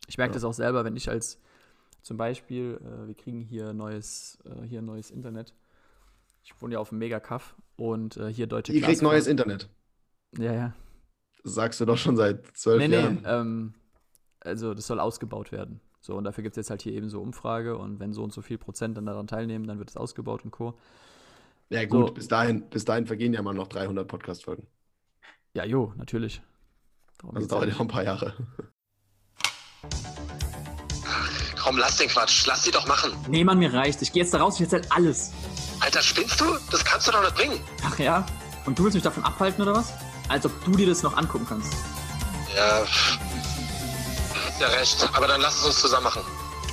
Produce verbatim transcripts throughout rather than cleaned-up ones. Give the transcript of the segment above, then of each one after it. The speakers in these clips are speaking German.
Ich merke Ja. das auch selber, wenn ich als zum Beispiel, äh, wir kriegen hier neues, äh, hier neues Internet. Ich wohne ja auf dem Megakaff und äh, hier Deutsche Ihr kriegt neues Glasfaser. Internet. Ja, ja. Das sagst du doch schon seit Nee, zwölf nee, Jahren. ähm, also das soll ausgebaut werden. So, und dafür gibt es jetzt halt hier eben so Umfrage und wenn so und so viel Prozent dann daran teilnehmen, dann wird es ausgebaut und Co. Ja, gut, So, bis dahin, bis dahin vergehen ja mal noch dreihundert Podcast-Folgen. ja, jo, natürlich. Darum Also geht's ja dauert ja nicht. noch ein paar Jahre. Komm, lass den Quatsch. Lass die doch machen. Nee, Mann, mir reicht. Ich gehe jetzt da raus, ich erzähl alles. Alter, spinnst du? Das kannst du doch nicht bringen. Ach ja? Und du willst mich davon abhalten, oder was? Als ob du dir das noch angucken kannst. Ja, hast ja recht. Aber dann lass es uns zusammen machen.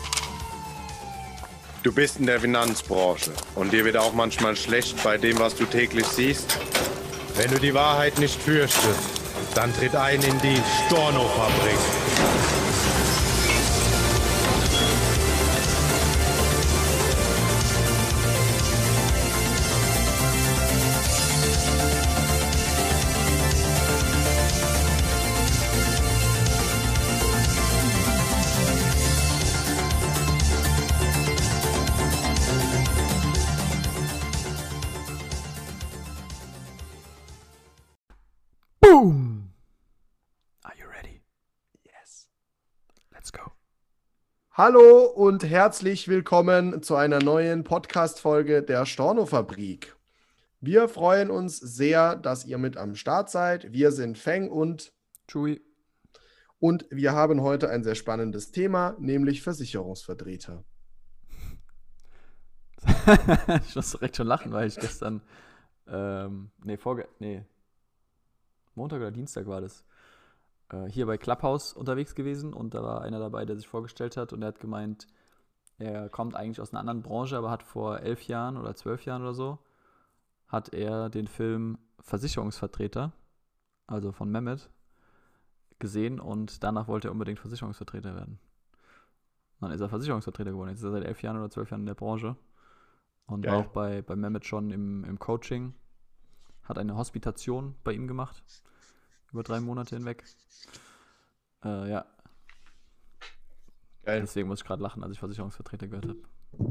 Du bist in der Finanzbranche und dir wird auch manchmal schlecht bei dem, was du täglich siehst. Wenn du die Wahrheit nicht fürchtest, dann tritt ein in die Storno-Fabrik. Boom! Are you ready? Yes. Let's go. Hallo und herzlich willkommen zu einer neuen Podcast-Folge der Storno-Fabrik. Wir freuen uns sehr, dass ihr mit am Start seid. Wir sind Feng und, Chewie. und wir haben heute ein sehr spannendes Thema, nämlich Versicherungsvertreter. Ich muss direkt schon lachen, weil ich gestern, ähm, nee, vorge nee, Montag oder Dienstag war das, äh, hier bei Clubhouse unterwegs gewesen und da war einer dabei, der sich vorgestellt hat und er hat gemeint, er kommt eigentlich aus einer anderen Branche, aber hat vor elf Jahren oder zwölf Jahren oder so, hat er den Film Versicherungsvertreter, also von Mehmet, gesehen und danach wollte er unbedingt Versicherungsvertreter werden. Und dann ist er Versicherungsvertreter geworden. Jetzt ist er seit elf Jahren oder zwölf Jahren in der Branche und war Geil. auch bei, bei Mehmet schon im, im Coaching. Hat eine Hospitation bei ihm gemacht. Über drei Monate hinweg. Äh, ja, Geil. deswegen muss ich gerade lachen, als ich Versicherungsvertreter gehört habe.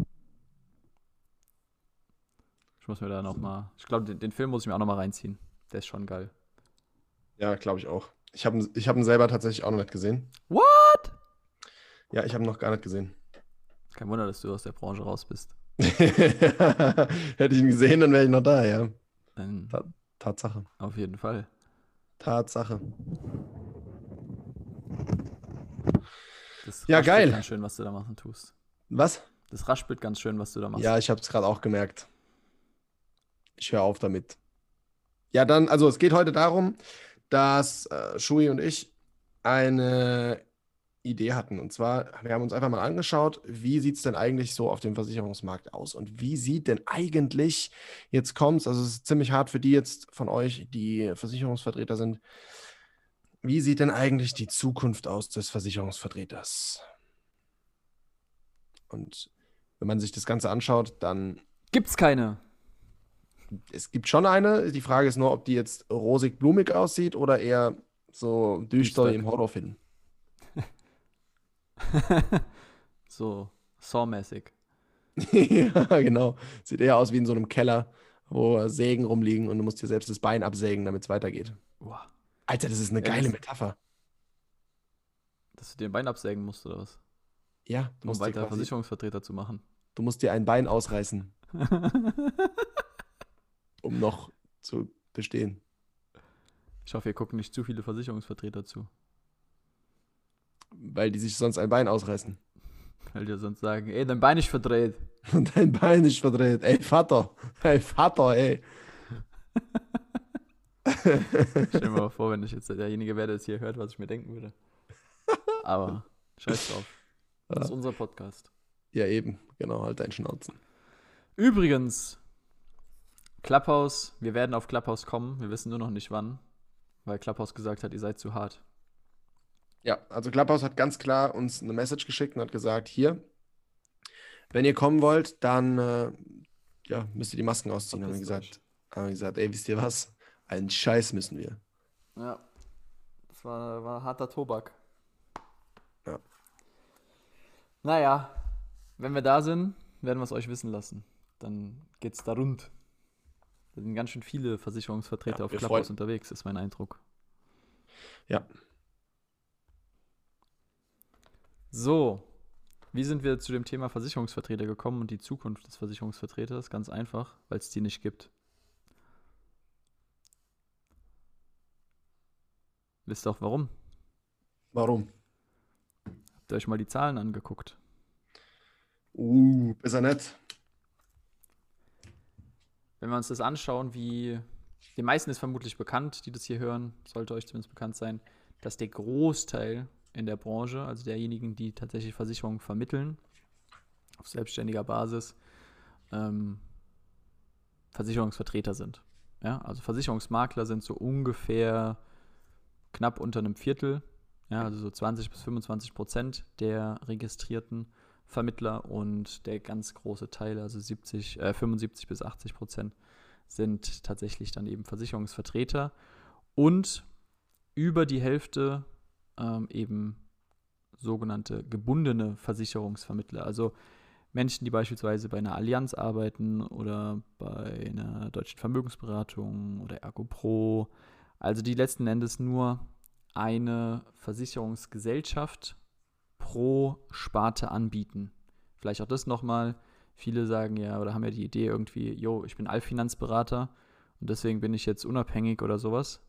Ich muss mir da nochmal. Ich glaube, den, den Film muss ich mir auch nochmal reinziehen. Der ist schon geil. Ja, glaube ich auch. Ich habe ich hab ihn selber tatsächlich auch noch nicht gesehen. What? Ja, ich habe ihn noch gar nicht gesehen. Kein Wunder, dass du aus der Branche raus bist. Hätte ich ihn gesehen, dann wäre ich noch da, ja. Ähm, Ta- Tatsache. auf jeden Fall. Tatsache. Das Ja, raspelt geil. ganz schön, was du da machen tust. Was? Das raspelt ganz schön, was du da machst. Ja, ich habe es gerade auch gemerkt. Ich höre auf damit. Ja, dann, also es geht heute darum, dass äh, Shui und ich eine Idee hatten. Und zwar, wir haben uns einfach mal angeschaut, wie sieht es denn eigentlich so auf dem Versicherungsmarkt aus? Und wie sieht denn eigentlich, jetzt kommt's, also es ist ziemlich hart für die jetzt von euch, die Versicherungsvertreter sind, wie sieht denn eigentlich die Zukunft aus des Versicherungsvertreters? Und wenn man sich das Ganze anschaut, dann Gibt's keine. es gibt schon eine. Die Frage ist nur, ob die jetzt rosig-blumig aussieht oder eher so düster Düster. im Horrorfilm. So, Saw-mäßig. Ja, genau. Sieht eher aus wie in so einem Keller, wo Sägen rumliegen und du musst dir selbst das Bein absägen, damit es weitergeht. Boah, Alter, das ist eine Ja, geile das- Metapher. dass du dir ein Bein absägen musst oder was? Ja, du Um musst, dir weiter quasi, Versicherungsvertreter zu machen. du musst dir ein Bein ausreißen, um noch zu bestehen. Ich hoffe, ihr gucken nicht zu viele Versicherungsvertreter zu. Weil die sich sonst ein Bein ausreißen. Weil die sonst sagen, ey, dein Bein ist verdreht. Und dein Bein ist verdreht. Ey, Vater. Ey, Vater, ey. Stell dir mal vor, wenn ich jetzt derjenige wäre, der es hier hört, was ich mir denken würde. Aber scheiß drauf. Das ist unser Podcast. Ja, eben. Genau, halt deinen Schnauzen. Übrigens, Clubhouse, wir werden auf Clubhouse kommen. Wir wissen nur noch nicht wann, weil Clubhouse gesagt hat, ihr seid zu hart. Ja, also Clubhouse hat ganz klar uns eine Message geschickt und hat gesagt, hier, wenn ihr kommen wollt, dann äh, ja, müsst ihr die Masken ausziehen. Haben wir Verpisst gesagt, haben wir gesagt, ey, wisst ihr was? Einen Scheiß müssen wir. Ja, das war, war harter Tobak. Ja. Naja, wenn wir da sind, werden wir es euch wissen lassen. Dann geht's da rund. Da sind ganz schön viele Versicherungsvertreter Ja, auf wir Clubhouse freuen- unterwegs, ist mein Eindruck. Ja. So, wie sind wir zu dem Thema Versicherungsvertreter gekommen und die Zukunft des Versicherungsvertreters? Ganz einfach, weil es die nicht gibt. Wisst ihr auch warum? Warum? Habt ihr euch mal die Zahlen angeguckt? Uh, ist er nett. Wenn wir uns das anschauen, wie den meisten ist vermutlich bekannt, die das hier hören, sollte euch zumindest bekannt sein, dass der Großteil in der Branche, also derjenigen, die tatsächlich Versicherungen vermitteln, auf selbstständiger Basis, ähm, Versicherungsvertreter sind. Ja, also Versicherungsmakler sind so ungefähr knapp unter einem Viertel, ja, also so zwanzig bis fünfundzwanzig Prozent der registrierten Vermittler, und der ganz große Teil, also siebzig, äh, fünfundsiebzig bis achtzig Prozent, sind tatsächlich dann eben Versicherungsvertreter, und über die Hälfte ähm, eben sogenannte gebundene Versicherungsvermittler, also Menschen, die beispielsweise bei einer Allianz arbeiten oder bei einer deutschen Vermögensberatung oder ErgoPro, also die letzten Endes nur eine Versicherungsgesellschaft pro Sparte anbieten. Vielleicht auch das nochmal. Viele sagen ja oder haben ja die Idee irgendwie, jo, ich bin Allfinanzberater und deswegen bin ich jetzt unabhängig oder sowas.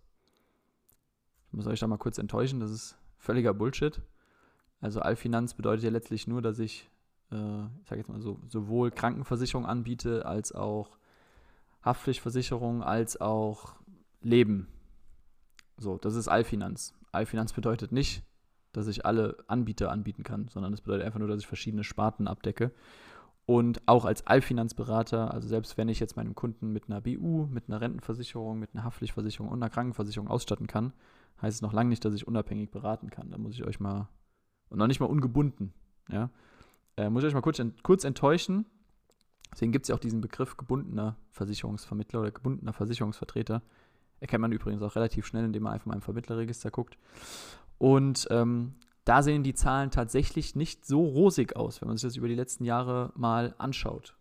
Ich muss euch da mal kurz enttäuschen, das ist völliger Bullshit. Also Allfinanz bedeutet ja letztlich nur, dass ich, äh, ich sage jetzt mal so, sowohl Krankenversicherung anbiete, als auch Haftpflichtversicherung, als auch Leben. So, das ist Allfinanz. Allfinanz bedeutet nicht, dass ich alle Anbieter anbieten kann, sondern das bedeutet einfach nur, dass ich verschiedene Sparten abdecke. Und auch als Allfinanzberater, also selbst wenn ich jetzt meinem Kunden mit einer B U, mit einer Rentenversicherung, mit einer Haftpflichtversicherung und einer Krankenversicherung ausstatten kann, heißt es noch lange nicht, dass ich unabhängig beraten kann. Da muss ich euch mal, und noch nicht mal ungebunden, ja, äh, muss ich euch mal kurz, ent, kurz enttäuschen. Deswegen gibt es ja auch diesen Begriff gebundener Versicherungsvermittler oder gebundener Versicherungsvertreter. Erkennt man übrigens auch relativ schnell, indem man einfach mal im Vermittlerregister guckt. Und ähm, da sehen die Zahlen tatsächlich nicht so rosig aus, wenn man sich das über die letzten Jahre mal anschaut.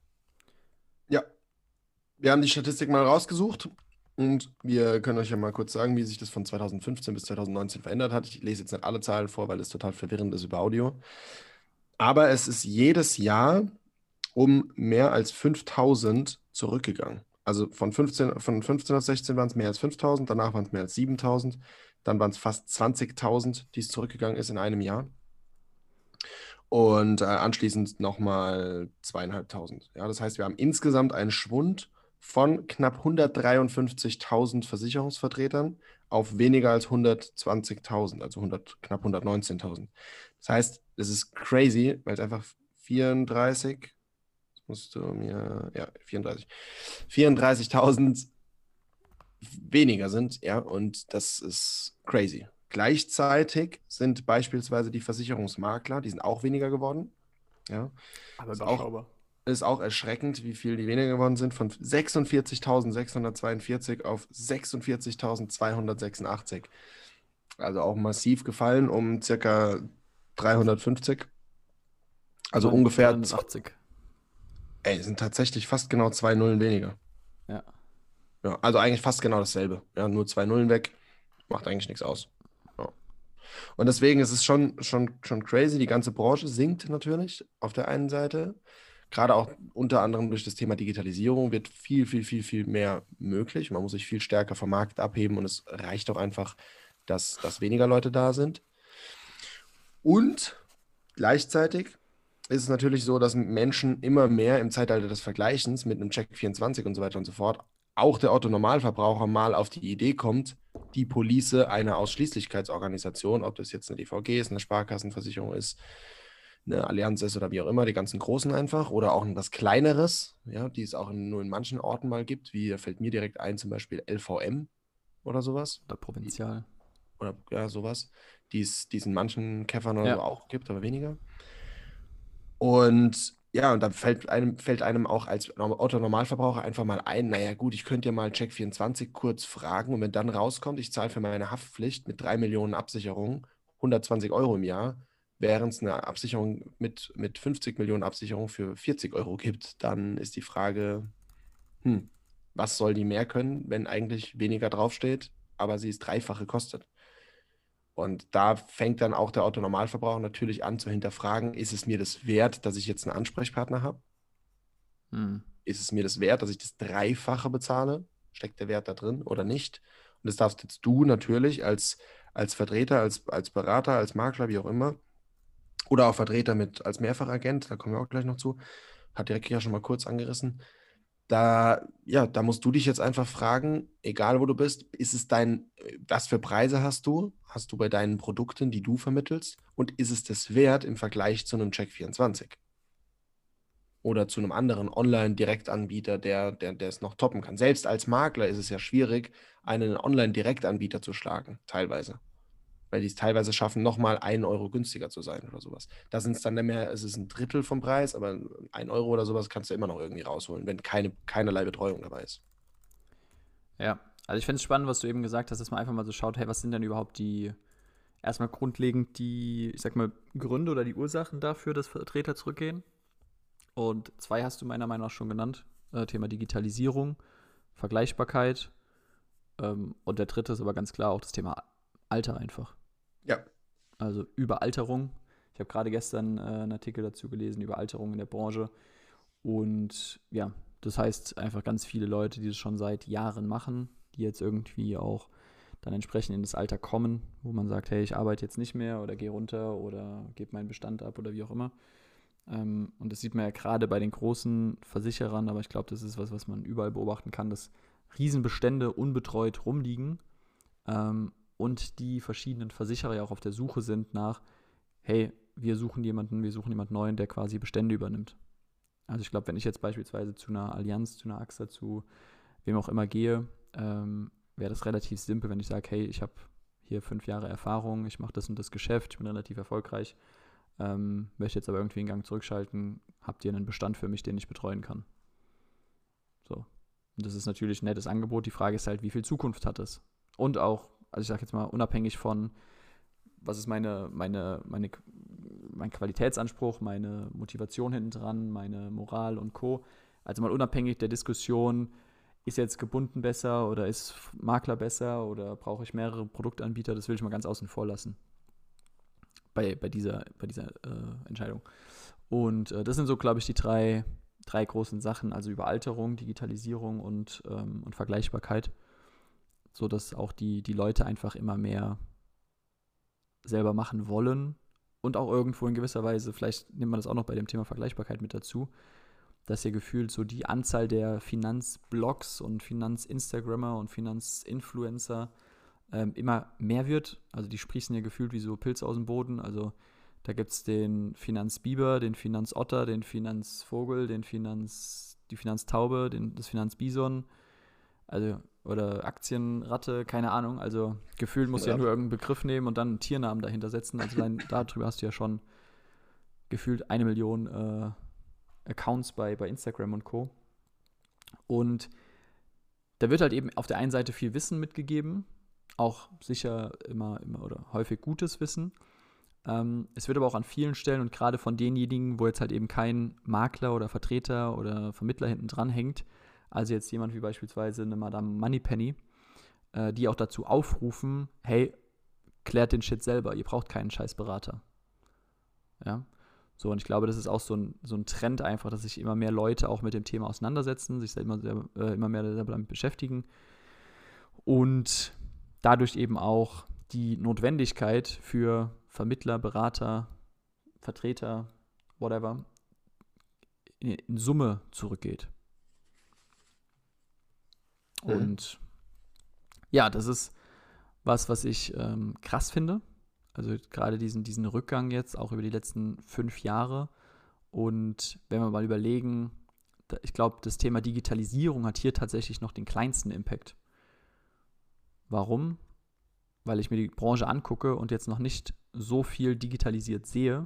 Ja. Wir haben die Statistik mal rausgesucht und wir können euch ja mal kurz sagen, wie sich das von zweitausendfünfzehn bis zweitausendneunzehn verändert hat. Ich lese jetzt nicht alle Zahlen vor, weil es total verwirrend ist über Audio. Aber es ist jedes Jahr um mehr als fünftausend zurückgegangen. Also von fünfzehn, von fünfzehn auf sechzehn waren es mehr als fünftausend, danach waren es mehr als siebentausend, dann waren es fast zwanzigtausend, die es zurückgegangen ist in einem Jahr. Und äh, anschließend nochmal zweieinhalbtausend. Ja, das heißt, wir haben insgesamt einen Schwund von knapp hundertdreiundfünfzigtausend Versicherungsvertretern auf weniger als hundertzwanzigtausend, also hundert, knapp hundertneunzehntausend. Das heißt, es ist crazy, weil es einfach vierunddreißig, das musst du mir, ja, vierunddreißig, vierunddreißigtausend weniger sind, ja, und das ist crazy. Gleichzeitig sind beispielsweise die Versicherungsmakler, die sind auch weniger geworden. Ja. Aber ist auch, ist auch erschreckend, wie viel die weniger geworden sind, von sechsundvierzigtausendsechshundertzweiundvierzig auf sechsundvierzigtausendzweihundertsechsundachtzig. Also auch massiv gefallen um circa dreihundertfünfzig. Also ungefähr dreihundertachtzig. Ey, sind tatsächlich fast genau zwei Nullen weniger. Ja. Ja, also eigentlich fast genau dasselbe. Ja, nur zwei Nullen weg, macht eigentlich nichts aus. Ja. Und deswegen ist es schon, schon, schon crazy. Die ganze Branche sinkt natürlich auf der einen Seite. Gerade auch unter anderem durch das Thema Digitalisierung wird viel, viel, viel, viel mehr möglich. Man muss sich viel stärker vom Markt abheben und es reicht auch einfach, dass, dass weniger Leute da sind. Und gleichzeitig ist es natürlich so, dass Menschen immer mehr im Zeitalter des Vergleichens mit einem Check vierundzwanzig und so weiter und so fort, auch der Otto-Normalverbraucher mal auf die Idee kommt, die Police einer Ausschließlichkeitsorganisation, ob das jetzt eine D V G ist, eine Sparkassenversicherung ist, eine Allianz ist oder wie auch immer, die ganzen Großen einfach, oder auch was Kleineres, ja, die es auch in, nur in manchen Orten mal gibt, wie, da fällt mir direkt ein, zum Beispiel L V M oder sowas. Oder Provinzial. Oder ja, sowas, die es in manchen Käffern oder Ja. so auch gibt, aber weniger. Und ja, und dann fällt einem, fällt einem auch als Otto-Normalverbraucher einfach mal ein, naja gut, ich könnte ja mal Check vierundzwanzig kurz fragen und wenn dann rauskommt, ich zahle für meine Haftpflicht mit drei Millionen Absicherung hundertzwanzig Euro im Jahr, während es eine Absicherung mit, mit fünfzig Millionen Absicherung für vierzig Euro gibt, dann ist die Frage, hm, was soll die mehr können, wenn eigentlich weniger draufsteht, aber sie es Dreifache kostet? Und da fängt dann auch der Autonormalverbraucher natürlich an zu hinterfragen, ist es mir das wert, dass ich jetzt einen Ansprechpartner habe? Hm. Ist es mir das wert, dass ich das Dreifache bezahle? Steckt der Wert da drin oder nicht? Und das darfst jetzt du natürlich als, als Vertreter, als, als Berater, als Makler, wie auch immer, oder auch Vertreter mit als Mehrfachagent, da kommen wir auch gleich noch zu, hat Dirk ja schon mal kurz angerissen. Da, ja, da musst du dich jetzt einfach fragen, egal wo du bist, ist es dein, was für Preise hast du? Hast du bei deinen Produkten, die du vermittelst? Und ist es das wert im Vergleich zu einem Check vierundzwanzig? Oder zu einem anderen Online-Direktanbieter, der, der, der es noch toppen kann. Selbst als Makler ist es ja schwierig, einen Online-Direktanbieter zu schlagen, teilweise. Weil die es teilweise schaffen, nochmal einen Euro günstiger zu sein oder sowas. Da sind es dann nicht mehr, es ist ein Drittel vom Preis, aber ein Euro oder sowas kannst du immer noch irgendwie rausholen, wenn keine, keinerlei Betreuung dabei ist. Ja, also ich finde es spannend, was du eben gesagt hast, dass man einfach mal so schaut, hey, was sind denn überhaupt die, erstmal grundlegend die, ich sag mal, Gründe oder die Ursachen dafür, dass Vertreter zurückgehen. Und zwei hast du meiner Meinung nach schon genannt, äh, Thema Digitalisierung, Vergleichbarkeit ähm, und der dritte ist aber ganz klar auch das Thema Alter einfach. Ja. Also Überalterung. Ich habe gerade gestern äh, einen Artikel dazu gelesen über Alterung in der Branche und ja, das heißt einfach ganz viele Leute, die das schon seit Jahren machen, die jetzt irgendwie auch dann entsprechend in das Alter kommen, wo man sagt, hey, ich arbeite jetzt nicht mehr oder gehe runter oder gebe meinen Bestand ab oder wie auch immer. Ähm, und das sieht man ja gerade bei den großen Versicherern, aber ich glaube, das ist was, was man überall beobachten kann, dass Riesenbestände unbetreut rumliegen ähm, und die verschiedenen Versicherer ja auch auf der Suche sind nach, hey, wir suchen jemanden, wir suchen jemanden Neuen, der quasi Bestände übernimmt. Also ich glaube, wenn ich jetzt beispielsweise zu einer Allianz, zu einer AXA, zu wem auch immer gehe, ähm, wäre das relativ simpel, wenn ich sage, hey, ich habe hier fünf Jahre Erfahrung, ich mache das und das Geschäft, ich bin relativ erfolgreich, ähm, möchte jetzt aber irgendwie einen Gang zurückschalten, habt ihr einen Bestand für mich, den ich betreuen kann? So. Und das ist natürlich ein nettes Angebot. Die Frage ist halt, wie viel Zukunft hat es? Und auch, also ich sage jetzt mal, unabhängig von, was ist meine, meine, meine, mein Qualitätsanspruch, meine Motivation hinten dran, meine Moral und Co. Also mal unabhängig der Diskussion, ist jetzt gebunden besser oder ist Makler besser oder brauche ich mehrere Produktanbieter, das will ich mal ganz außen vor lassen. Bei, bei dieser, bei dieser äh, Entscheidung. Und äh, das sind so, glaube ich, die drei, drei großen Sachen, also Überalterung, Digitalisierung und, ähm, und Vergleichbarkeit, sodass auch die, die Leute einfach immer mehr selber machen wollen und auch irgendwo in gewisser Weise, vielleicht nimmt man das auch noch bei dem Thema Vergleichbarkeit mit dazu, dass ja gefühlt so die Anzahl der Finanzblogs und Finanzinstagrammer und Finanzinfluencer ähm, immer mehr wird. Also die sprießen ja gefühlt wie so Pilze aus dem Boden. Also da gibt es den Finanzbiber, den Finanzotter, den Finanzvogel, den Finanz, die Finanztaube, den, das Finanzbison, also oder Aktienratte, keine Ahnung. Also gefühlt musst du ja nur irgendeinen Begriff nehmen und dann einen Tiernamen dahinter setzen. Also dann, darüber hast du ja schon gefühlt eine Million äh, Accounts bei, bei Instagram und Co. Und da wird halt eben auf der einen Seite viel Wissen mitgegeben, auch sicher immer, immer oder häufig gutes Wissen. Ähm, es wird aber auch an vielen Stellen und gerade von denjenigen, wo jetzt halt eben kein Makler oder Vertreter oder Vermittler hinten dran hängt, also jetzt jemand wie beispielsweise eine Madame Moneypenny, äh, die auch dazu aufrufen, hey, klärt den Shit selber, ihr braucht keinen scheiß Berater. Ja. So, und ich glaube, das ist auch so ein, so ein Trend einfach, dass sich immer mehr Leute auch mit dem Thema auseinandersetzen, sich immer, sehr, äh, immer mehr damit beschäftigen und dadurch eben auch die Notwendigkeit für Vermittler, Berater, Vertreter, whatever, in, in Summe zurückgeht. Mhm. Und ja, das ist was, was ich ähm, krass finde. Also gerade diesen, diesen Rückgang jetzt, auch über die letzten fünf Jahre. Und wenn wir mal überlegen, ich glaube, das Thema Digitalisierung hat hier tatsächlich noch den kleinsten Impact. Warum? Weil ich mir die Branche angucke und jetzt noch nicht so viel digitalisiert sehe.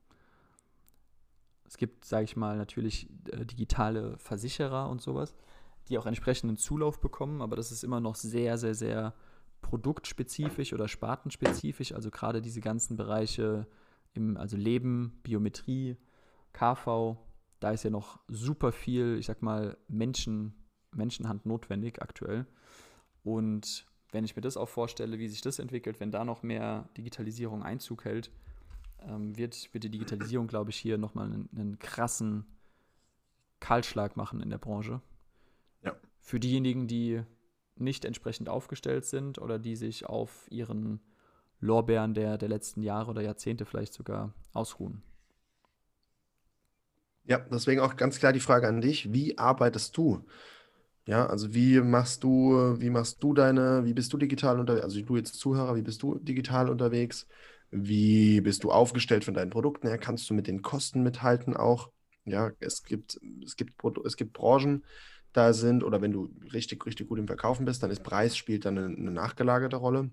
Es gibt, sage ich mal, natürlich äh, digitale Versicherer und sowas, die auch entsprechenden Zulauf bekommen, aber das ist immer noch sehr, sehr, sehr produktspezifisch oder spartenspezifisch, also gerade diese ganzen Bereiche im, also Leben, Biometrie, K V, da ist ja noch super viel, ich sag mal, Menschen, Menschenhand notwendig aktuell. Und wenn ich mir das auch vorstelle, wie sich das entwickelt, wenn da noch mehr Digitalisierung Einzug hält, ähm, wird, wird die Digitalisierung, glaube ich, hier nochmal einen, einen krassen Kahlschlag machen in der Branche. Ja. Für diejenigen, die nicht entsprechend aufgestellt sind oder die sich auf ihren Lorbeeren der, der letzten Jahre oder Jahrzehnte vielleicht sogar ausruhen. Ja, deswegen auch ganz klar die Frage an dich, wie arbeitest du? Ja, also wie machst du, wie machst du deine, wie bist du digital unterwegs? Also du jetzt Zuhörer, wie bist du digital unterwegs? Wie bist du aufgestellt von deinen Produkten her? Kannst du mit den Kosten mithalten auch? Ja, es gibt, es gibt, Produ- es gibt Branchen, da sind, oder wenn du richtig, richtig gut im Verkaufen bist, dann ist Preis spielt dann eine, eine nachgelagerte Rolle.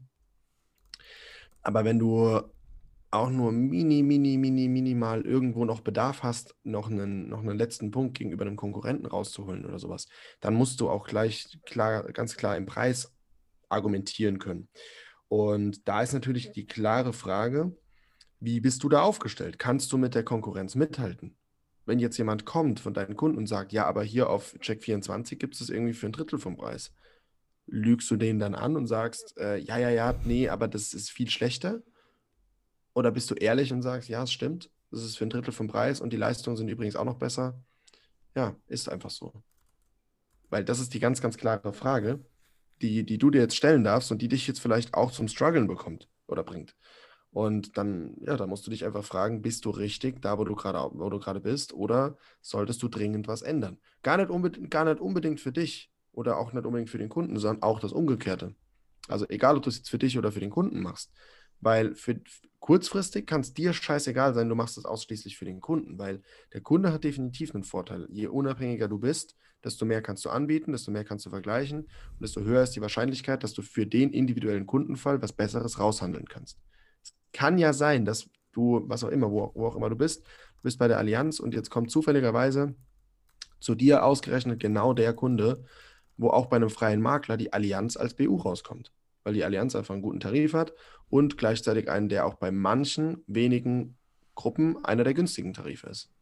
Aber wenn du auch nur mini, mini, mini, minimal irgendwo noch Bedarf hast, noch einen, noch einen letzten Punkt gegenüber einem Konkurrenten rauszuholen oder sowas, dann musst du auch gleich klar, ganz klar im Preis argumentieren können. Und da ist natürlich die klare Frage, wie bist du da aufgestellt? Kannst du mit der Konkurrenz mithalten? Wenn jetzt jemand kommt von deinen Kunden und sagt, ja, aber hier auf Check vierundzwanzig gibt es das irgendwie für ein Drittel vom Preis. Lügst du den dann an und sagst, äh, ja, ja, ja, nee, aber das ist viel schlechter? Oder bist du ehrlich und sagst, ja, es stimmt, das ist für ein Drittel vom Preis und die Leistungen sind übrigens auch noch besser? Ja, ist einfach so. Weil das ist die ganz, ganz klare Frage, die, die du dir jetzt stellen darfst und die dich jetzt vielleicht auch zum Struggeln bekommt oder bringt. Und dann, ja, da musst du dich einfach fragen, bist du richtig da, wo du gerade, wo du gerade bist, oder solltest du dringend was ändern? Gar nicht unbedingt, gar nicht unbedingt für dich oder auch nicht unbedingt für den Kunden, sondern auch das Umgekehrte. Also egal, ob du es jetzt für dich oder für den Kunden machst. Weil für, kurzfristig kann es dir scheißegal sein, du machst es ausschließlich für den Kunden, weil der Kunde hat definitiv einen Vorteil. Je unabhängiger du bist, desto mehr kannst du anbieten, desto mehr kannst du vergleichen und desto höher ist die Wahrscheinlichkeit, dass du für den individuellen Kundenfall was Besseres raushandeln kannst. Es kann ja sein, dass du, was auch immer, wo, wo auch immer du bist, du bist bei der Allianz und jetzt kommt zufälligerweise zu dir ausgerechnet genau der Kunde, wo auch bei einem freien Makler die Allianz als B U rauskommt. Weil die Allianz einfach einen guten Tarif hat und gleichzeitig einen, der auch bei manchen wenigen Gruppen einer der günstigen Tarife ist.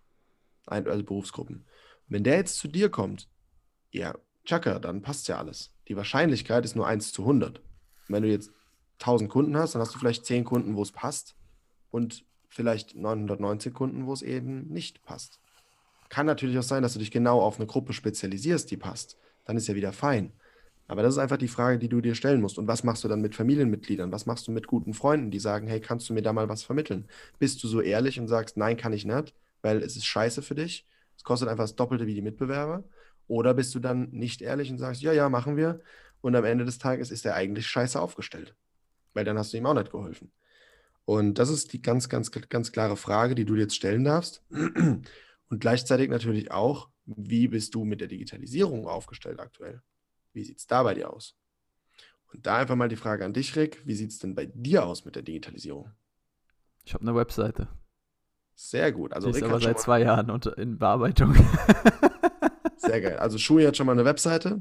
Ein, also Berufsgruppen. Und wenn der jetzt zu dir kommt, ja, tschakka, dann passt ja alles. Die Wahrscheinlichkeit ist nur eins zu hundert. Und wenn du jetzt tausend Kunden hast, dann hast du vielleicht zehn Kunden, wo es passt und vielleicht neunhundertneunzig Kunden, wo es eben nicht passt. Kann natürlich auch sein, dass du dich genau auf eine Gruppe spezialisierst, die passt. Dann ist ja wieder fein. Aber das ist einfach die Frage, die du dir stellen musst. Und was machst du dann mit Familienmitgliedern? Was machst du mit guten Freunden, die sagen, hey, kannst du mir da mal was vermitteln? Bist du so ehrlich und sagst, nein, kann ich nicht, weil es ist scheiße für dich. Es kostet einfach das Doppelte wie die Mitbewerber. Oder bist du dann nicht ehrlich und sagst, ja, ja, machen wir. Und am Ende des Tages ist er eigentlich scheiße aufgestellt. Weil dann hast du ihm auch nicht geholfen. Und das ist die ganz, ganz, ganz klare Frage, die du dir jetzt stellen darfst. Und gleichzeitig natürlich auch, wie bist du mit der Digitalisierung aufgestellt aktuell? Wie sieht es da bei dir aus? Und da einfach mal die Frage an dich, Rick. Wie sieht es denn bei dir aus mit der Digitalisierung? Ich habe eine Webseite. Sehr gut. Also Die ist Rick aber hat seit schon zwei Jahren unter, in Bearbeitung. mal, sehr geil. Also Shui hat schon mal eine Webseite.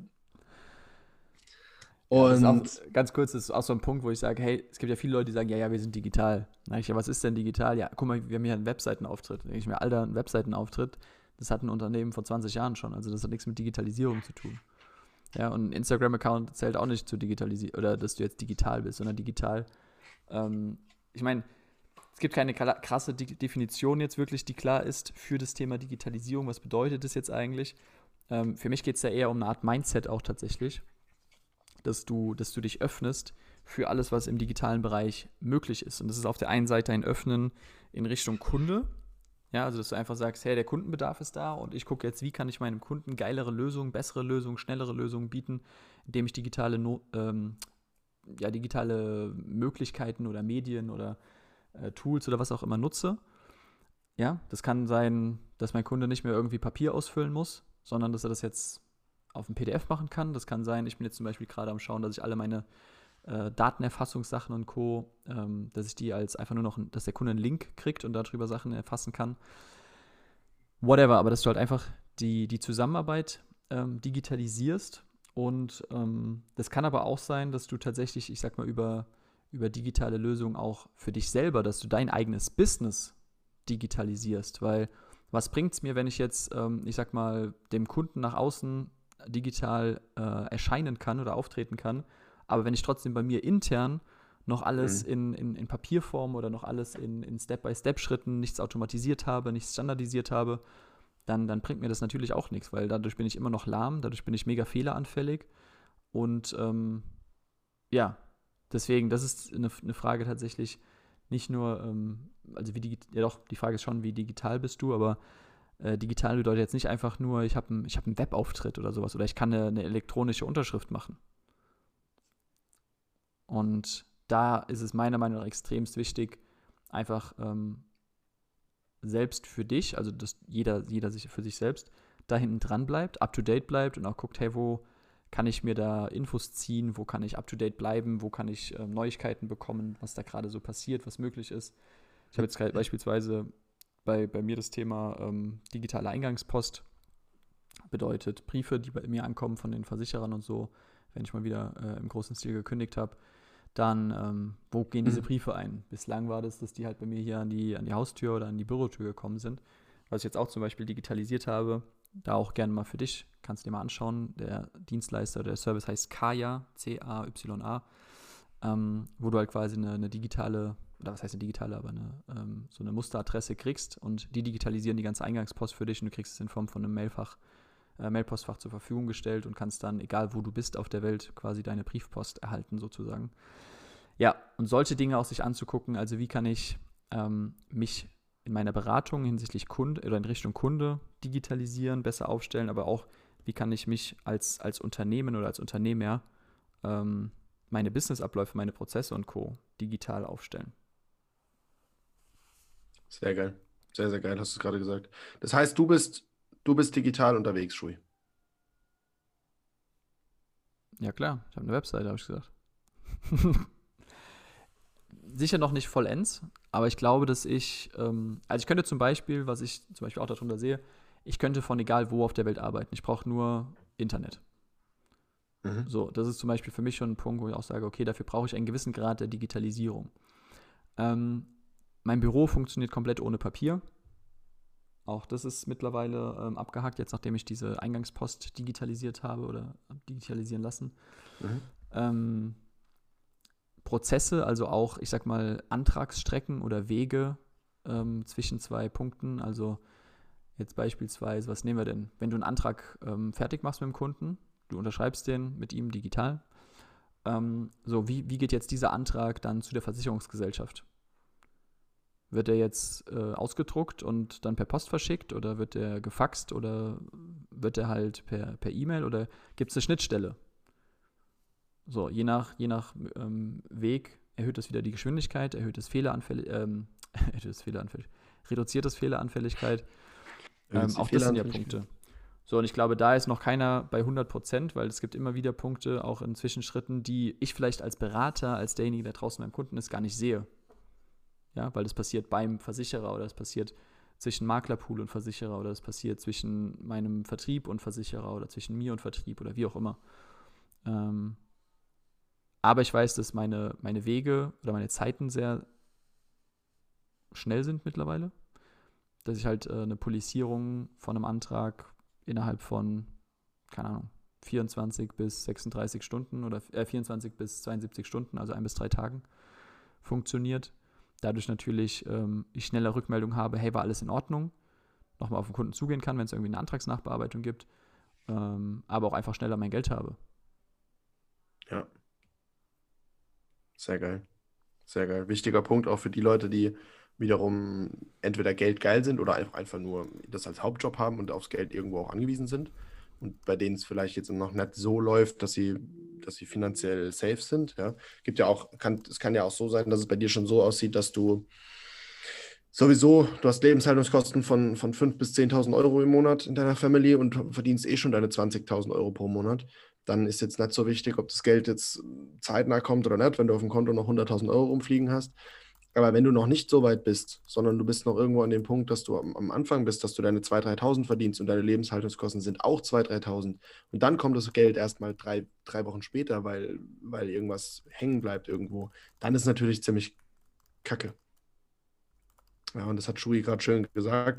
Ja, das ist Und auch, ganz kurz, das ist auch so ein Punkt, wo ich sage, hey, es gibt ja viele Leute, die sagen, ja, ja, wir sind digital. Na, ich, ja, was ist denn digital? Ja, guck mal, wir haben hier einen Webseitenauftritt. Da denke ich mir, Alter, ein Webseitenauftritt, das hat ein Unternehmen vor zwanzig Jahren schon. Also das hat nichts mit Digitalisierung zu tun. Ja, und ein Instagram-Account zählt auch nicht zu digitalisieren, oder dass du jetzt digital bist, sondern digital. Ähm, ich meine, es gibt keine krasse Definition jetzt wirklich, die klar ist für das Thema Digitalisierung. Was bedeutet das jetzt eigentlich? Ähm, für mich geht es da eher um eine Art Mindset auch tatsächlich, dass du, dass du dich öffnest für alles, was im digitalen Bereich möglich ist. Und das ist auf der einen Seite ein Öffnen in Richtung Kunde. Ja, also dass du einfach sagst, hey, der Kundenbedarf ist da und ich gucke jetzt, wie kann ich meinem Kunden geilere Lösungen, bessere Lösungen, schnellere Lösungen bieten, indem ich digitale, no- ähm, ja, digitale Möglichkeiten oder Medien oder äh, Tools oder was auch immer nutze. Ja, das kann sein, dass mein Kunde nicht mehr irgendwie Papier ausfüllen muss, sondern dass er das jetzt auf dem P D F machen kann. Das kann sein, ich bin jetzt zum Beispiel gerade am Schauen, dass ich alle meine äh, Datenerfassungssachen und Co., ähm, dass ich die als einfach nur noch, dass der Kunde einen Link kriegt und darüber Sachen erfassen kann. Whatever, aber dass du halt einfach die, die Zusammenarbeit ähm, digitalisierst und ähm, das kann aber auch sein, dass du tatsächlich, ich sag mal, über, über digitale Lösungen auch für dich selber, dass du dein eigenes Business digitalisierst, weil was bringt es mir, wenn ich jetzt, ähm, ich sag mal, dem Kunden nach außen digital äh, erscheinen kann oder auftreten kann, aber wenn ich trotzdem bei mir intern noch alles Mhm. in, in, in Papierform oder noch alles in, in Step-by-Step-Schritten, nichts automatisiert habe, nichts standardisiert habe, dann, dann bringt mir das natürlich auch nichts, weil dadurch bin ich immer noch lahm, dadurch bin ich mega fehleranfällig und ähm, ja, deswegen, das ist eine, eine Frage tatsächlich nicht nur, ähm, also wie digital, ja doch, die Frage ist schon, wie digital bist du, aber äh, digital bedeutet jetzt nicht einfach nur, ich habe ein, ich hab einen Webauftritt oder sowas oder ich kann eine, eine elektronische Unterschrift machen. Und da ist es meiner Meinung nach extremst wichtig, einfach ähm, selbst für dich, also dass jeder, jeder sich für sich selbst da hinten dran bleibt, up to date bleibt und auch guckt, hey, wo kann ich mir da Infos ziehen, wo kann ich up to date bleiben, wo kann ich ähm, Neuigkeiten bekommen, was da gerade so passiert, was möglich ist. Ich habe jetzt gerade beispielsweise bei, bei mir das Thema ähm, digitale Eingangspost, bedeutet Briefe, die bei mir ankommen von den Versicherern und so, wenn ich mal wieder äh, im großen Stil gekündigt habe. Dann, ähm, wo gehen diese Briefe ein? Bislang war das, dass die halt bei mir hier an die, an die Haustür oder an die Bürotür gekommen sind. Was ich jetzt auch zum Beispiel digitalisiert habe, da auch gerne mal für dich, kannst du dir mal anschauen. Der Dienstleister oder der Service heißt Kaya, C A Y A, ähm, wo du halt quasi eine, eine digitale, oder was heißt eine digitale, aber eine, ähm, so eine Musteradresse kriegst und die digitalisieren die ganze Eingangspost für dich und du kriegst es in Form von einem Mailfach, äh, Mailpostfach zur Verfügung gestellt und kannst dann, egal wo du bist auf der Welt, quasi deine Briefpost erhalten sozusagen. Ja, und solche Dinge auch sich anzugucken, also wie kann ich ähm, mich in meiner Beratung hinsichtlich Kunde oder in Richtung Kunde digitalisieren, besser aufstellen, aber auch, wie kann ich mich als, als Unternehmen oder als Unternehmer ähm, meine Businessabläufe, meine Prozesse und Co. digital aufstellen. Sehr geil. Sehr, sehr geil, hast du es gerade gesagt. Das heißt, du bist, du bist digital unterwegs, Shui. Ja klar, ich habe eine Webseite, habe ich gesagt. Sicher noch nicht vollends, aber ich glaube, dass ich, ähm, also ich könnte zum Beispiel, was ich zum Beispiel auch darunter sehe, ich könnte von egal wo auf der Welt arbeiten. Ich brauche nur Internet. Mhm. So, das ist zum Beispiel für mich schon ein Punkt, wo ich auch sage, okay, dafür brauche ich einen gewissen Grad der Digitalisierung. Ähm, mein Büro funktioniert komplett ohne Papier. Auch das ist mittlerweile ähm, abgehakt, jetzt nachdem ich diese Eingangspost digitalisiert habe oder digitalisieren lassen. Mhm. Ähm, Prozesse, also auch, ich sag mal, Antragsstrecken oder Wege ähm, zwischen zwei Punkten. Also jetzt beispielsweise, was nehmen wir denn? Wenn du einen Antrag ähm, fertig machst mit dem Kunden, du unterschreibst den mit ihm digital. Ähm, so, wie, wie geht jetzt dieser Antrag dann zu der Versicherungsgesellschaft? Wird der jetzt äh, ausgedruckt und dann per Post verschickt oder wird der gefaxt oder wird der halt per, per E-Mail oder gibt es eine Schnittstelle? So, je nach, je nach ähm, Weg erhöht das wieder die Geschwindigkeit, erhöht das Fehleranfällig, ähm, erhöht das Fehleranfällig, reduziert das Fehleranfälligkeit. Ähm, die auch das sind ja Fehleranfälligkeit. Punkte. So, und ich glaube, da ist noch keiner bei hundert Prozent, weil es gibt immer wieder Punkte, auch in Zwischenschritten, die ich vielleicht als Berater, als derjenige, der draußen beim Kunden ist, gar nicht sehe. Ja, weil das passiert beim Versicherer oder das passiert zwischen Maklerpool und Versicherer oder das passiert zwischen meinem Vertrieb und Versicherer oder zwischen mir und Vertrieb oder wie auch immer. Ähm, aber ich weiß, dass meine, meine Wege oder meine Zeiten sehr schnell sind mittlerweile. Dass ich halt äh, eine Polizierung von einem Antrag innerhalb von, keine Ahnung, vierundzwanzig bis sechsunddreißig Stunden oder äh, vierundzwanzig bis zweiundsiebzig Stunden, also ein bis drei Tagen, funktioniert. Dadurch natürlich ähm, ich schneller Rückmeldung habe, hey, war alles in Ordnung, nochmal auf den Kunden zugehen kann, wenn es irgendwie eine Antragsnachbearbeitung gibt, ähm, aber auch einfach schneller mein Geld habe. Ja. Sehr geil. Sehr geil. Wichtiger Punkt auch für die Leute, die wiederum entweder geldgeil sind oder einfach, einfach nur das als Hauptjob haben und aufs Geld irgendwo auch angewiesen sind. Und bei denen es vielleicht jetzt noch nicht so läuft, dass sie, dass sie finanziell safe sind. Ja. Gibt ja auch, kann, es kann ja auch so sein, dass es bei dir schon so aussieht, dass du sowieso, du hast Lebenshaltungskosten von, von fünftausend bis zehntausend Euro im Monat in deiner Family und verdienst eh schon deine zwanzigtausend Euro pro Monat. Dann ist jetzt nicht so wichtig, ob das Geld jetzt zeitnah kommt oder nicht, wenn du auf dem Konto noch hunderttausend Euro rumfliegen hast. Aber wenn du noch nicht so weit bist, sondern du bist noch irgendwo an dem Punkt, dass du am, am Anfang bist, dass du deine zweitausend, dreitausend verdienst und deine Lebenshaltungskosten sind auch zweitausend, dreitausend und dann kommt das Geld erstmal drei, drei Wochen später, weil, weil irgendwas hängen bleibt irgendwo, dann ist natürlich ziemlich kacke. Ja, und das hat Shui gerade schön gesagt,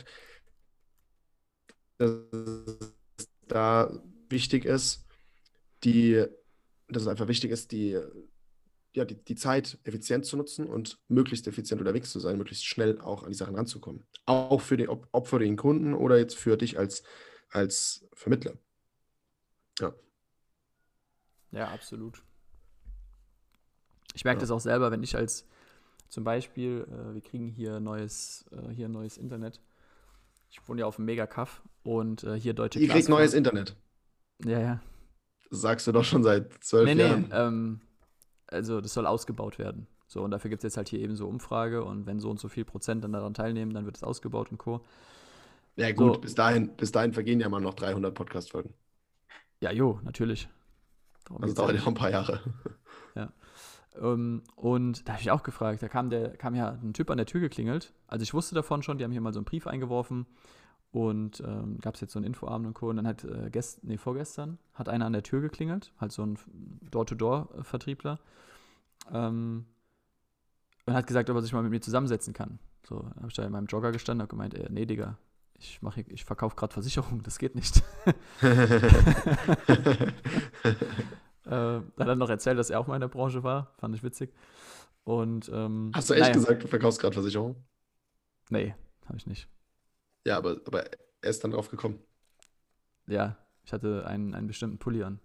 dass es da wichtig ist, die, dass es einfach wichtig ist, die ja, die, die Zeit effizient zu nutzen und möglichst effizient unterwegs zu sein, möglichst schnell auch an die Sachen ranzukommen. Auch für den, ob, ob für den Kunden oder jetzt für dich als, als Vermittler. Ja. Ja, absolut. Ich merke Ja. das auch selber, wenn ich als zum Beispiel, äh, wir kriegen hier neues, äh, hier neues Internet. Ich wohne ja auf dem Megakaff und äh, hier deutsche Ihr kriegt Glasfaser- neues Internet. Ja, ja. Das sagst du doch schon seit zwölf Nee, nee, Jahren. ähm, also das soll ausgebaut werden. So, und dafür gibt es jetzt halt hier eben so Umfrage und wenn so und so viel Prozent dann daran teilnehmen, dann wird es ausgebaut und Co. Ja gut, so. bis, dahin, bis dahin vergehen ja mal noch dreihundert Podcast-Folgen. Ja, jo, natürlich. Darum Also geht's ja dauert ja nicht. noch ein paar Jahre. Ähm, und da habe ich auch gefragt, da kam, der, kam ja ein Typ an der Tür geklingelt. Also ich wusste davon schon, die haben hier mal so einen Brief eingeworfen und ähm, gab es jetzt so einen Infoabend und Co. Und dann hat äh, gest, nee, vorgestern hat einer an der Tür geklingelt, halt so ein Door-to-Door-Vertriebler. Ähm, und hat gesagt, ob er sich mal mit mir zusammensetzen kann. So, dann habe ich da in meinem Jogger gestanden und habe gemeint, äh, nee, Digga, ich, mach hier- ich verkaufe gerade Versicherung, das geht nicht. Äh, da hat er noch erzählt, dass er auch mal in der Branche war. Fand ich witzig. Und, ähm, Hast du echt naja, gesagt, du verkaufst gerade Versicherung? Nee, habe ich nicht. Ja, aber, aber er ist dann drauf gekommen. Ja, ich hatte einen, einen bestimmten Pulli an.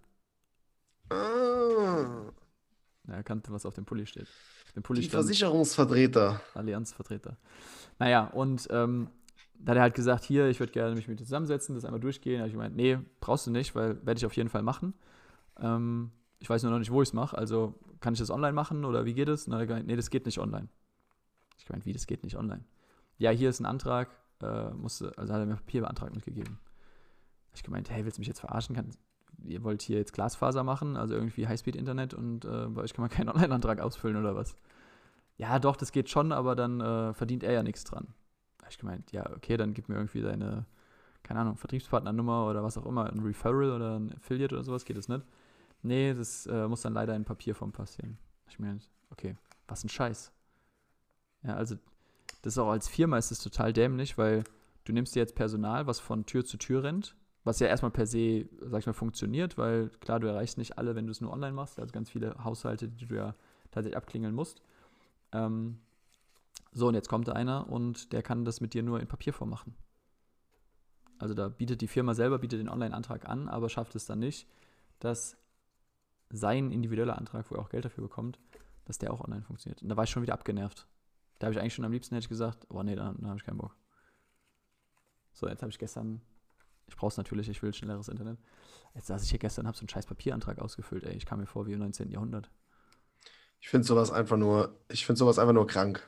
Ah, Ja, er kannte, was auf dem Pulli steht. Auf dem Pulli die stand Versicherungsvertreter. Allianzvertreter. Naja, und ähm, da hat er halt gesagt, hier, ich würde gerne mich mit dir zusammensetzen, das einmal durchgehen. Da habe ich gemeint, nee, brauchst du nicht, weil werde ich auf jeden Fall machen. Ähm, ich weiß nur noch nicht, wo ich es mache. Also kann ich das online machen oder wie geht es? Und dann hat er gemeint, nee, das geht nicht online. Ich gemeint, wie, das geht nicht online? Ja, hier ist ein Antrag, äh, musste, also hat er mir einen Papierbeantrag mitgegeben. Hab ich gemeint, hey, willst du mich jetzt verarschen? Kann, ihr wollt hier jetzt Glasfaser machen, also irgendwie Highspeed-Internet und äh, bei euch kann man keinen Online-Antrag ausfüllen oder was? Ja, doch, das geht schon, aber dann äh, verdient er ja nichts dran. Da hab ich gemeint, ja, okay, dann gib mir irgendwie deine, keine Ahnung, Vertriebspartnernummer oder was auch immer, ein Referral oder ein Affiliate oder sowas, geht das nicht? Nee, das äh, muss dann leider in Papierform passieren. Ich meine, okay, was ein Scheiß. Ja, also das ist auch als Firma ist es total dämlich, weil du nimmst dir jetzt Personal, was von Tür zu Tür rennt, was ja erstmal per se, sag ich mal, funktioniert, weil klar, du erreichst nicht alle, wenn du es nur online machst, also ganz viele Haushalte, die du ja tatsächlich abklingeln musst. Ähm, so, und jetzt kommt da einer und der kann das mit dir nur in Papierform machen. Also da bietet die Firma selber, bietet den Online-Antrag an, aber schafft es dann nicht, dass sein individueller Antrag, wo er auch Geld dafür bekommt, dass der auch online funktioniert. Und da war ich schon wieder abgenervt. Da habe ich eigentlich schon am liebsten hätte ich gesagt, oh nee, dann, dann habe ich keinen Bock. So, jetzt habe ich gestern, ich brauche es natürlich, ich will schnelleres Internet. Jetzt saß ich hier gestern und habe so einen scheiß Papierantrag ausgefüllt, ey. Ich kam mir vor wie im neunzehnten Jahrhundert. Ich finde sowas einfach nur, ich finde sowas einfach nur krank.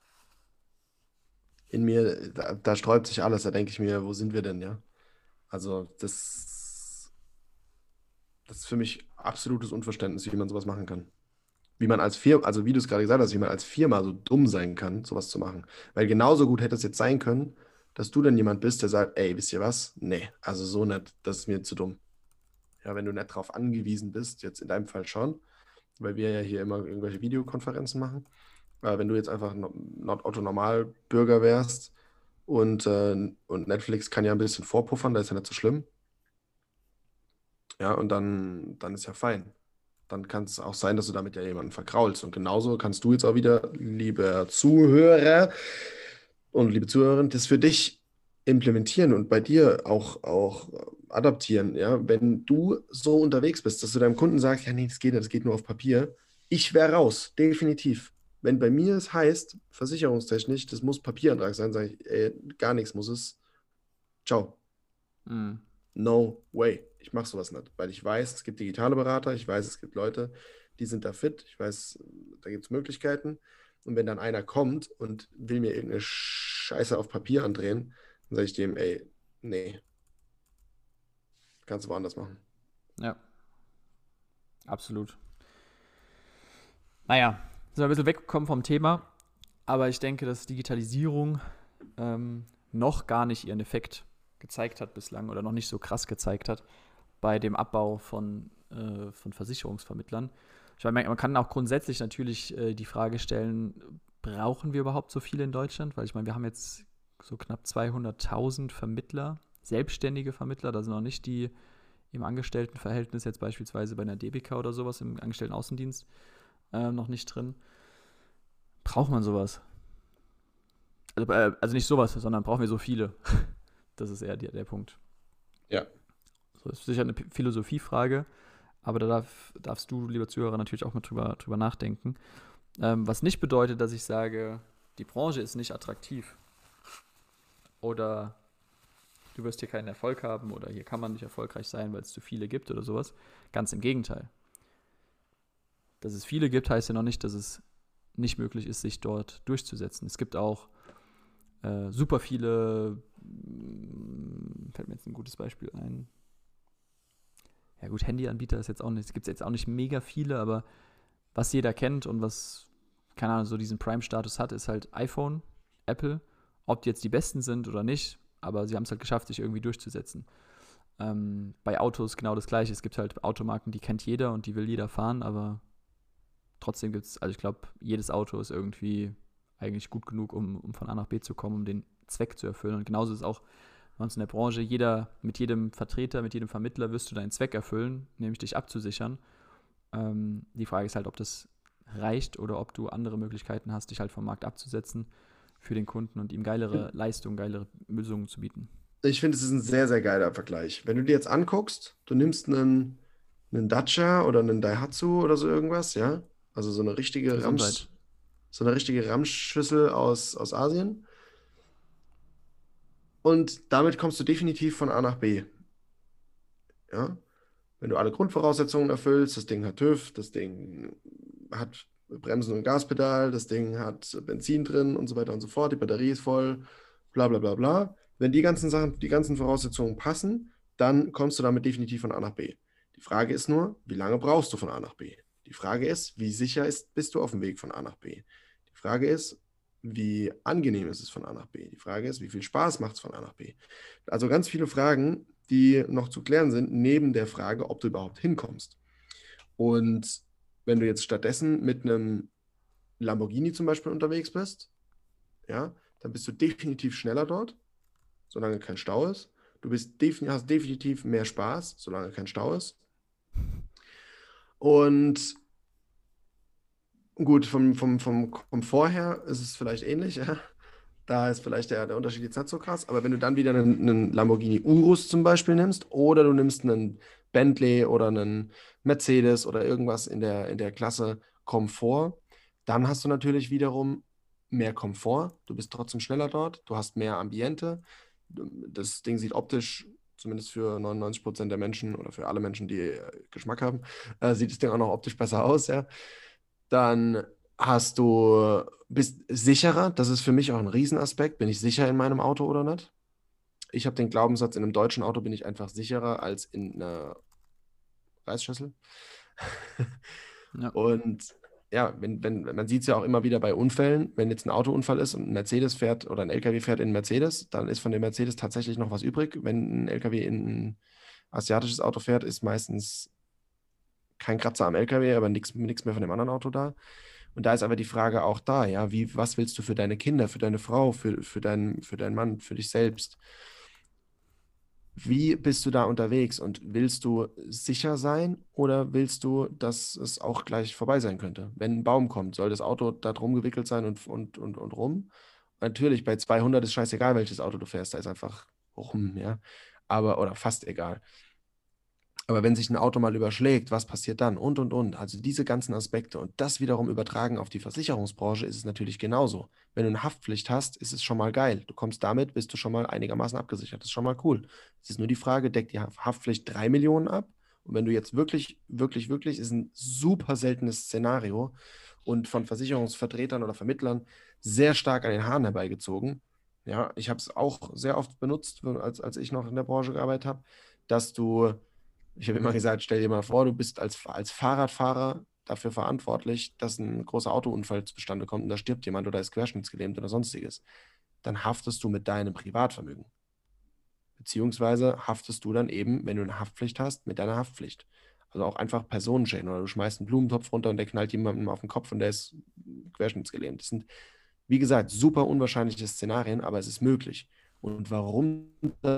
In mir, da, da sträubt sich alles, da denke ich mir, wo sind wir denn, ja? Also, das, das ist für mich absolutes Unverständnis, wie man sowas machen kann. Wie man als Firma, also wie du es gerade gesagt hast, wie man als Firma so dumm sein kann, sowas zu machen. Weil genauso gut hätte es jetzt sein können, dass du dann jemand bist, der sagt, ey, wisst ihr was? Nee, also so nicht, das ist mir zu dumm. Ja, wenn du nicht darauf angewiesen bist, jetzt in deinem Fall schon, weil wir ja hier immer irgendwelche Videokonferenzen machen. Aber wenn du jetzt einfach no- not Otto Normalbürger wärst und, äh, und Netflix kann ja ein bisschen vorpuffern, das ist ja nicht so schlimm. Ja, und dann, dann ist ja fein. Dann kann es auch sein, dass du damit ja jemanden verkraulst. Und genauso kannst du jetzt auch wieder, lieber Zuhörer und liebe Zuhörerin, das für dich implementieren und bei dir auch, auch äh, adaptieren. Ja? Wenn du so unterwegs bist, dass du deinem Kunden sagst, ja, nee, das geht nicht, das geht nur auf Papier. Ich wäre raus, definitiv. Wenn bei mir es heißt, versicherungstechnisch, das muss Papierantrag sein, sage ich, ey, gar nichts muss es. Ciao. Mhm. No way. Ich mache sowas nicht, weil ich weiß, es gibt digitale Berater, ich weiß, es gibt Leute, die sind da fit, ich weiß, da gibt es Möglichkeiten. Und wenn dann einer kommt und will mir irgendeine Scheiße auf Papier andrehen, dann sage ich dem, ey, nee, kannst du woanders machen. Ja. Absolut. Naja, sind wir ein bisschen weggekommen vom Thema, Aber ich denke, dass Digitalisierung ähm, noch gar nicht ihren Effekt gezeigt hat bislang oder noch nicht so krass gezeigt hat bei dem Abbau von, äh, von Versicherungsvermittlern. Ich meine, man kann auch grundsätzlich natürlich äh, die Frage stellen, brauchen wir überhaupt so viele in Deutschland? Weil ich meine, wir haben jetzt so knapp zweihunderttausend Vermittler, selbstständige Vermittler, da sind noch nicht die im Angestelltenverhältnis, jetzt beispielsweise bei einer D B K oder sowas, im Angestelltenaußendienst, äh, noch nicht drin. Braucht man sowas? Also, äh, also nicht sowas, sondern brauchen wir so viele? Das ist eher der, der Punkt. Ja. So, das ist sicher eine P- Philosophiefrage, aber da darf, darfst du, lieber Zuhörer, natürlich auch mal drüber, drüber nachdenken. Ähm, was nicht bedeutet, dass ich sage, die Branche ist nicht attraktiv. Oder du wirst hier keinen Erfolg haben oder hier kann man nicht erfolgreich sein, weil es zu viele gibt oder sowas. Ganz im Gegenteil. Dass es viele gibt, heißt ja noch nicht, dass es nicht möglich ist, sich dort durchzusetzen. Es gibt auch äh, super viele, mh, fällt mir jetzt ein gutes Beispiel ein. Ja gut, Handyanbieter ist jetzt auch nicht, es gibt jetzt auch nicht mega viele, aber was jeder kennt und was, keine Ahnung, so diesen Prime-Status hat, ist halt iPhone, Apple. Ob die jetzt die besten sind oder nicht, aber sie haben es halt geschafft, sich irgendwie durchzusetzen. Ähm, bei Autos genau das Gleiche. Es gibt halt Automarken, die kennt jeder und die will jeder fahren, aber trotzdem gibt es, also ich glaube, jedes Auto ist irgendwie eigentlich gut genug, um, um von A nach B zu kommen, um den Zweck zu erfüllen. Und genauso ist es auch bei uns in der Branche. Jeder, mit jedem Vertreter, mit jedem Vermittler wirst du deinen Zweck erfüllen, nämlich dich abzusichern. Ähm, die Frage ist halt, ob das reicht oder ob du andere Möglichkeiten hast, dich halt vom Markt abzusetzen für den Kunden und ihm geilere Leistungen, geilere Lösungen zu bieten. Ich finde, es ist ein sehr, sehr geiler Vergleich. Wenn du dir jetzt anguckst, du nimmst einen, einen Dacia oder einen Daihatsu oder so irgendwas, ja, also so eine richtige Gesundheit. Ramsch, so eine richtige Ramschschüssel aus, aus Asien. Und damit kommst du definitiv von A nach B. Ja, wenn du alle Grundvoraussetzungen erfüllst, das Ding hat TÜV, das Ding hat Bremsen und Gaspedal, das Ding hat Benzin drin und so weiter und so fort, die Batterie ist voll, bla bla bla bla. Wenn die ganzen Sachen, die ganzen Voraussetzungen passen, dann kommst du damit definitiv von A nach B. Die Frage ist nur, wie lange brauchst du von A nach B? Die Frage ist, wie sicher ist, bist du auf dem Weg von A nach B? Die Frage ist, wie angenehm ist es von A nach B? Die Frage ist, wie viel Spaß macht es von A nach B? Also ganz viele Fragen, die noch zu klären sind, neben der Frage, ob du überhaupt hinkommst. Und wenn du jetzt stattdessen mit einem Lamborghini zum Beispiel unterwegs bist, ja, dann bist du definitiv schneller dort, solange kein Stau ist. Du bist defin- hast definitiv mehr Spaß, solange kein Stau ist. Und gut, vom, vom, vom Komfort her ist es vielleicht ähnlich, ja. Da ist vielleicht der, der Unterschied jetzt nicht so krass. Aber wenn du dann wieder einen, einen Lamborghini Urus zum Beispiel nimmst oder du nimmst einen Bentley oder einen Mercedes oder irgendwas in der, in der Klasse Komfort, dann hast du natürlich wiederum mehr Komfort. Du bist trotzdem schneller dort. Du hast mehr Ambiente. Das Ding sieht optisch, zumindest für neunundneunzig Prozent der Menschen oder für alle Menschen, die äh, Geschmack haben, äh, sieht das Ding auch noch optisch besser aus, ja. Dann hast du, bist sicherer. Das ist für mich auch ein Riesenaspekt. Bin ich sicher in meinem Auto oder nicht? Ich habe den Glaubenssatz, in einem deutschen Auto bin ich einfach sicherer als in einer Reisschüssel. Ja. Und ja, wenn, wenn, man sieht es ja auch immer wieder bei Unfällen, wenn jetzt ein Autounfall ist und ein Mercedes fährt oder ein L K W fährt in einen Mercedes, dann ist von dem Mercedes tatsächlich noch was übrig. Wenn ein L K W in ein asiatisches Auto fährt, ist meistens kein Kratzer am L K W, aber nichts mehr von dem anderen Auto da. Und da ist aber die Frage auch da, ja, wie, was willst du für deine Kinder, für deine Frau, für, für, dein, für deinen Mann, für dich selbst? Wie bist du da unterwegs und willst du sicher sein oder willst du, dass es auch gleich vorbei sein könnte? Wenn ein Baum kommt, soll das Auto da drum gewickelt sein und, und, und, und rum? Natürlich, bei zweihundert ist scheißegal, welches Auto du fährst, da ist einfach rum, ja, aber, oder fast egal. Aber wenn sich ein Auto mal überschlägt, was passiert dann? Und, und, und. Also diese ganzen Aspekte. Und das wiederum übertragen auf die Versicherungsbranche ist es natürlich genauso. Wenn du eine Haftpflicht hast, ist es schon mal geil. Du kommst damit, bist du schon mal einigermaßen abgesichert. Das ist schon mal cool. Es ist nur die Frage, deckt die Haftpflicht drei Millionen ab? Und wenn du jetzt wirklich, wirklich, wirklich, ist ein super seltenes Szenario und von Versicherungsvertretern oder Vermittlern sehr stark an den Haaren herbeigezogen. Ja, ich habe es auch sehr oft benutzt, als, als ich noch in der Branche gearbeitet habe, dass du... Ich habe immer gesagt, stell dir mal vor, du bist als, als Fahrradfahrer dafür verantwortlich, dass ein großer Autounfall zustande kommt und da stirbt jemand oder ist querschnittsgelähmt oder sonstiges, dann haftest du mit deinem Privatvermögen. Beziehungsweise haftest du dann eben, wenn du eine Haftpflicht hast, mit deiner Haftpflicht. Also auch einfach Personenschäden oder du schmeißt einen Blumentopf runter und der knallt jemandem auf den Kopf und der ist querschnittsgelähmt. Das sind, wie gesagt, super unwahrscheinliche Szenarien, aber es ist möglich. Und warum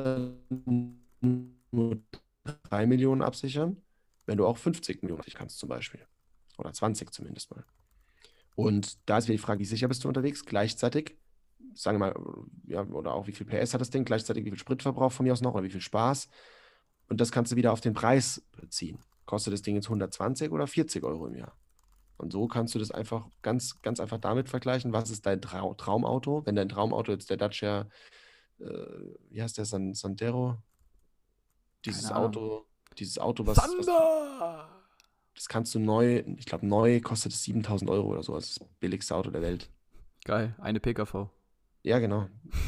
nur drei Millionen absichern, wenn du auch fünfzig Millionen absichern kannst zum Beispiel. Oder zwanzig zumindest mal. Und da ist wieder die Frage, wie sicher bist du unterwegs? Gleichzeitig, sagen wir mal, ja, oder auch wie viel P S hat das Ding, gleichzeitig wie viel Spritverbrauch von mir aus noch oder wie viel Spaß. Und das kannst du wieder auf den Preis beziehen. Kostet das Ding jetzt hundertzwanzig oder vierzig Euro im Jahr? Und so kannst du das einfach ganz, ganz einfach damit vergleichen, was ist dein Trau- Traumauto? Wenn dein Traumauto jetzt der Dacia, äh, wie heißt der, San Sandero? Dieses Keine Ahnung. Auto, dieses Auto, was, was das kannst du neu, ich glaube neu kostet es siebentausend Euro oder so, das ist das billigste Auto der Welt. Geil, eine P K V. Ja, genau.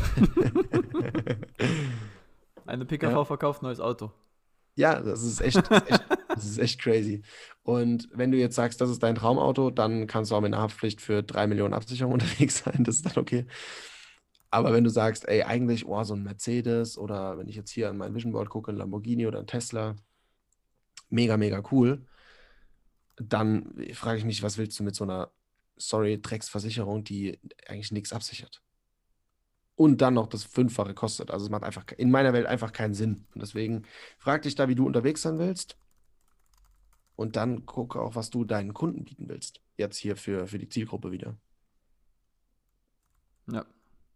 Eine P K V Ja. verkauft, neues Auto. Ja, das ist echt, das ist echt, das ist echt crazy. Und wenn du jetzt sagst, das ist dein Traumauto, dann kannst du auch mit einer Haftpflicht für drei Millionen Absicherung unterwegs sein, das ist dann okay. Aber wenn du sagst, ey, eigentlich, oh, so ein Mercedes oder wenn ich jetzt hier an mein Vision Board gucke, ein Lamborghini oder ein Tesla, mega, mega cool, dann frage ich mich, was willst du mit so einer, sorry, Drecksversicherung, die eigentlich nichts absichert? Und dann noch das Fünffache kostet. Also es macht einfach in meiner Welt einfach keinen Sinn. Und deswegen frag dich da, wie du unterwegs sein willst. Und dann gucke auch, was du deinen Kunden bieten willst. Jetzt hier für, für die Zielgruppe wieder. Ja.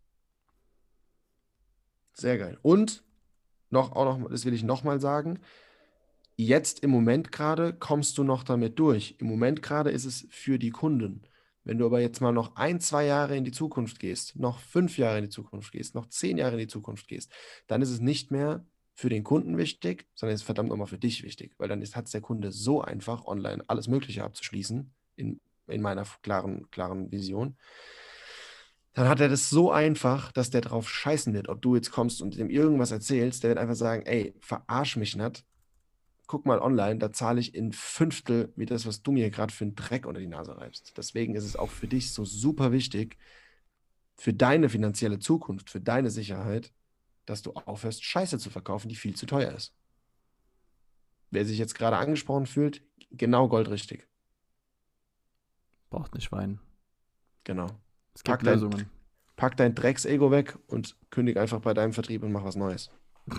Sehr geil. Und noch, auch noch, das will ich nochmal sagen, jetzt im Moment gerade kommst du noch damit durch. Im Moment gerade ist es für die Kunden. Wenn du aber jetzt mal noch ein, zwei Jahre in die Zukunft gehst, noch fünf Jahre in die Zukunft gehst, noch zehn Jahre in die Zukunft gehst, dann ist es nicht mehr für den Kunden wichtig, sondern ist verdammt nochmal für dich wichtig. Weil dann hat es der Kunde so einfach, online alles Mögliche abzuschließen, in, in meiner klaren, klaren Vision. Dann hat er das so einfach, dass der drauf scheißen wird, ob du jetzt kommst und ihm irgendwas erzählst, der wird einfach sagen, ey, verarsch mich nicht. Guck mal online, da zahle ich in Fünftel wie das, was du mir gerade für einen Dreck unter die Nase reibst. Deswegen ist es auch für dich so super wichtig, für deine finanzielle Zukunft, für deine Sicherheit, dass du aufhörst, Scheiße zu verkaufen, die viel zu teuer ist. Wer sich jetzt gerade angesprochen fühlt, genau goldrichtig. Braucht nicht weinen. Genau. Es Pack gibt dein- Lösungen. Pack dein Drecksego weg und kündig einfach bei deinem Vertrieb und mach was Neues.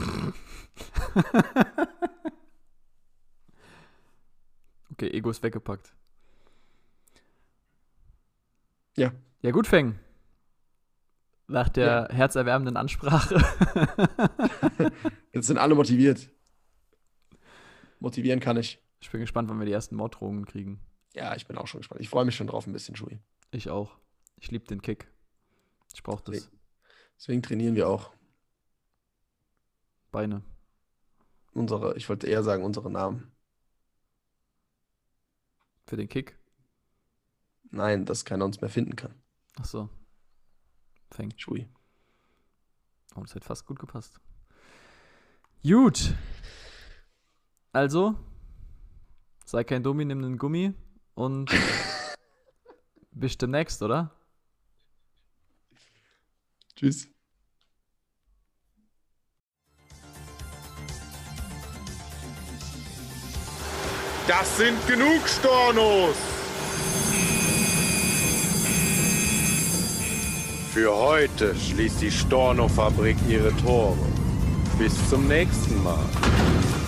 Okay, Ego ist weggepackt. Ja. Ja, gut, Feng. Nach der herzerwärmenden Ansprache. Jetzt sind alle motiviert. Motivieren kann ich. Ich bin gespannt, wann wir die ersten Morddrohungen kriegen. Ja, ich bin auch schon gespannt. Ich freue mich schon drauf ein bisschen, Schui. Ich auch. Ich liebe den Kick. Ich brauche das. Deswegen trainieren wir auch Beine. unsere, ich wollte eher sagen, unsere Namen. Für den Kick. Nein, dass keiner uns mehr finden kann. Ach so. Feng. Schui. Oh, das hätte fast gut gepasst. Gut. Also, sei kein Dummi, nimm einen Gummi und bis demnächst, oder? Tschüss. Das sind genug Stornos! Für heute schließt die Storno-Fabrik ihre Tore. Bis zum nächsten Mal.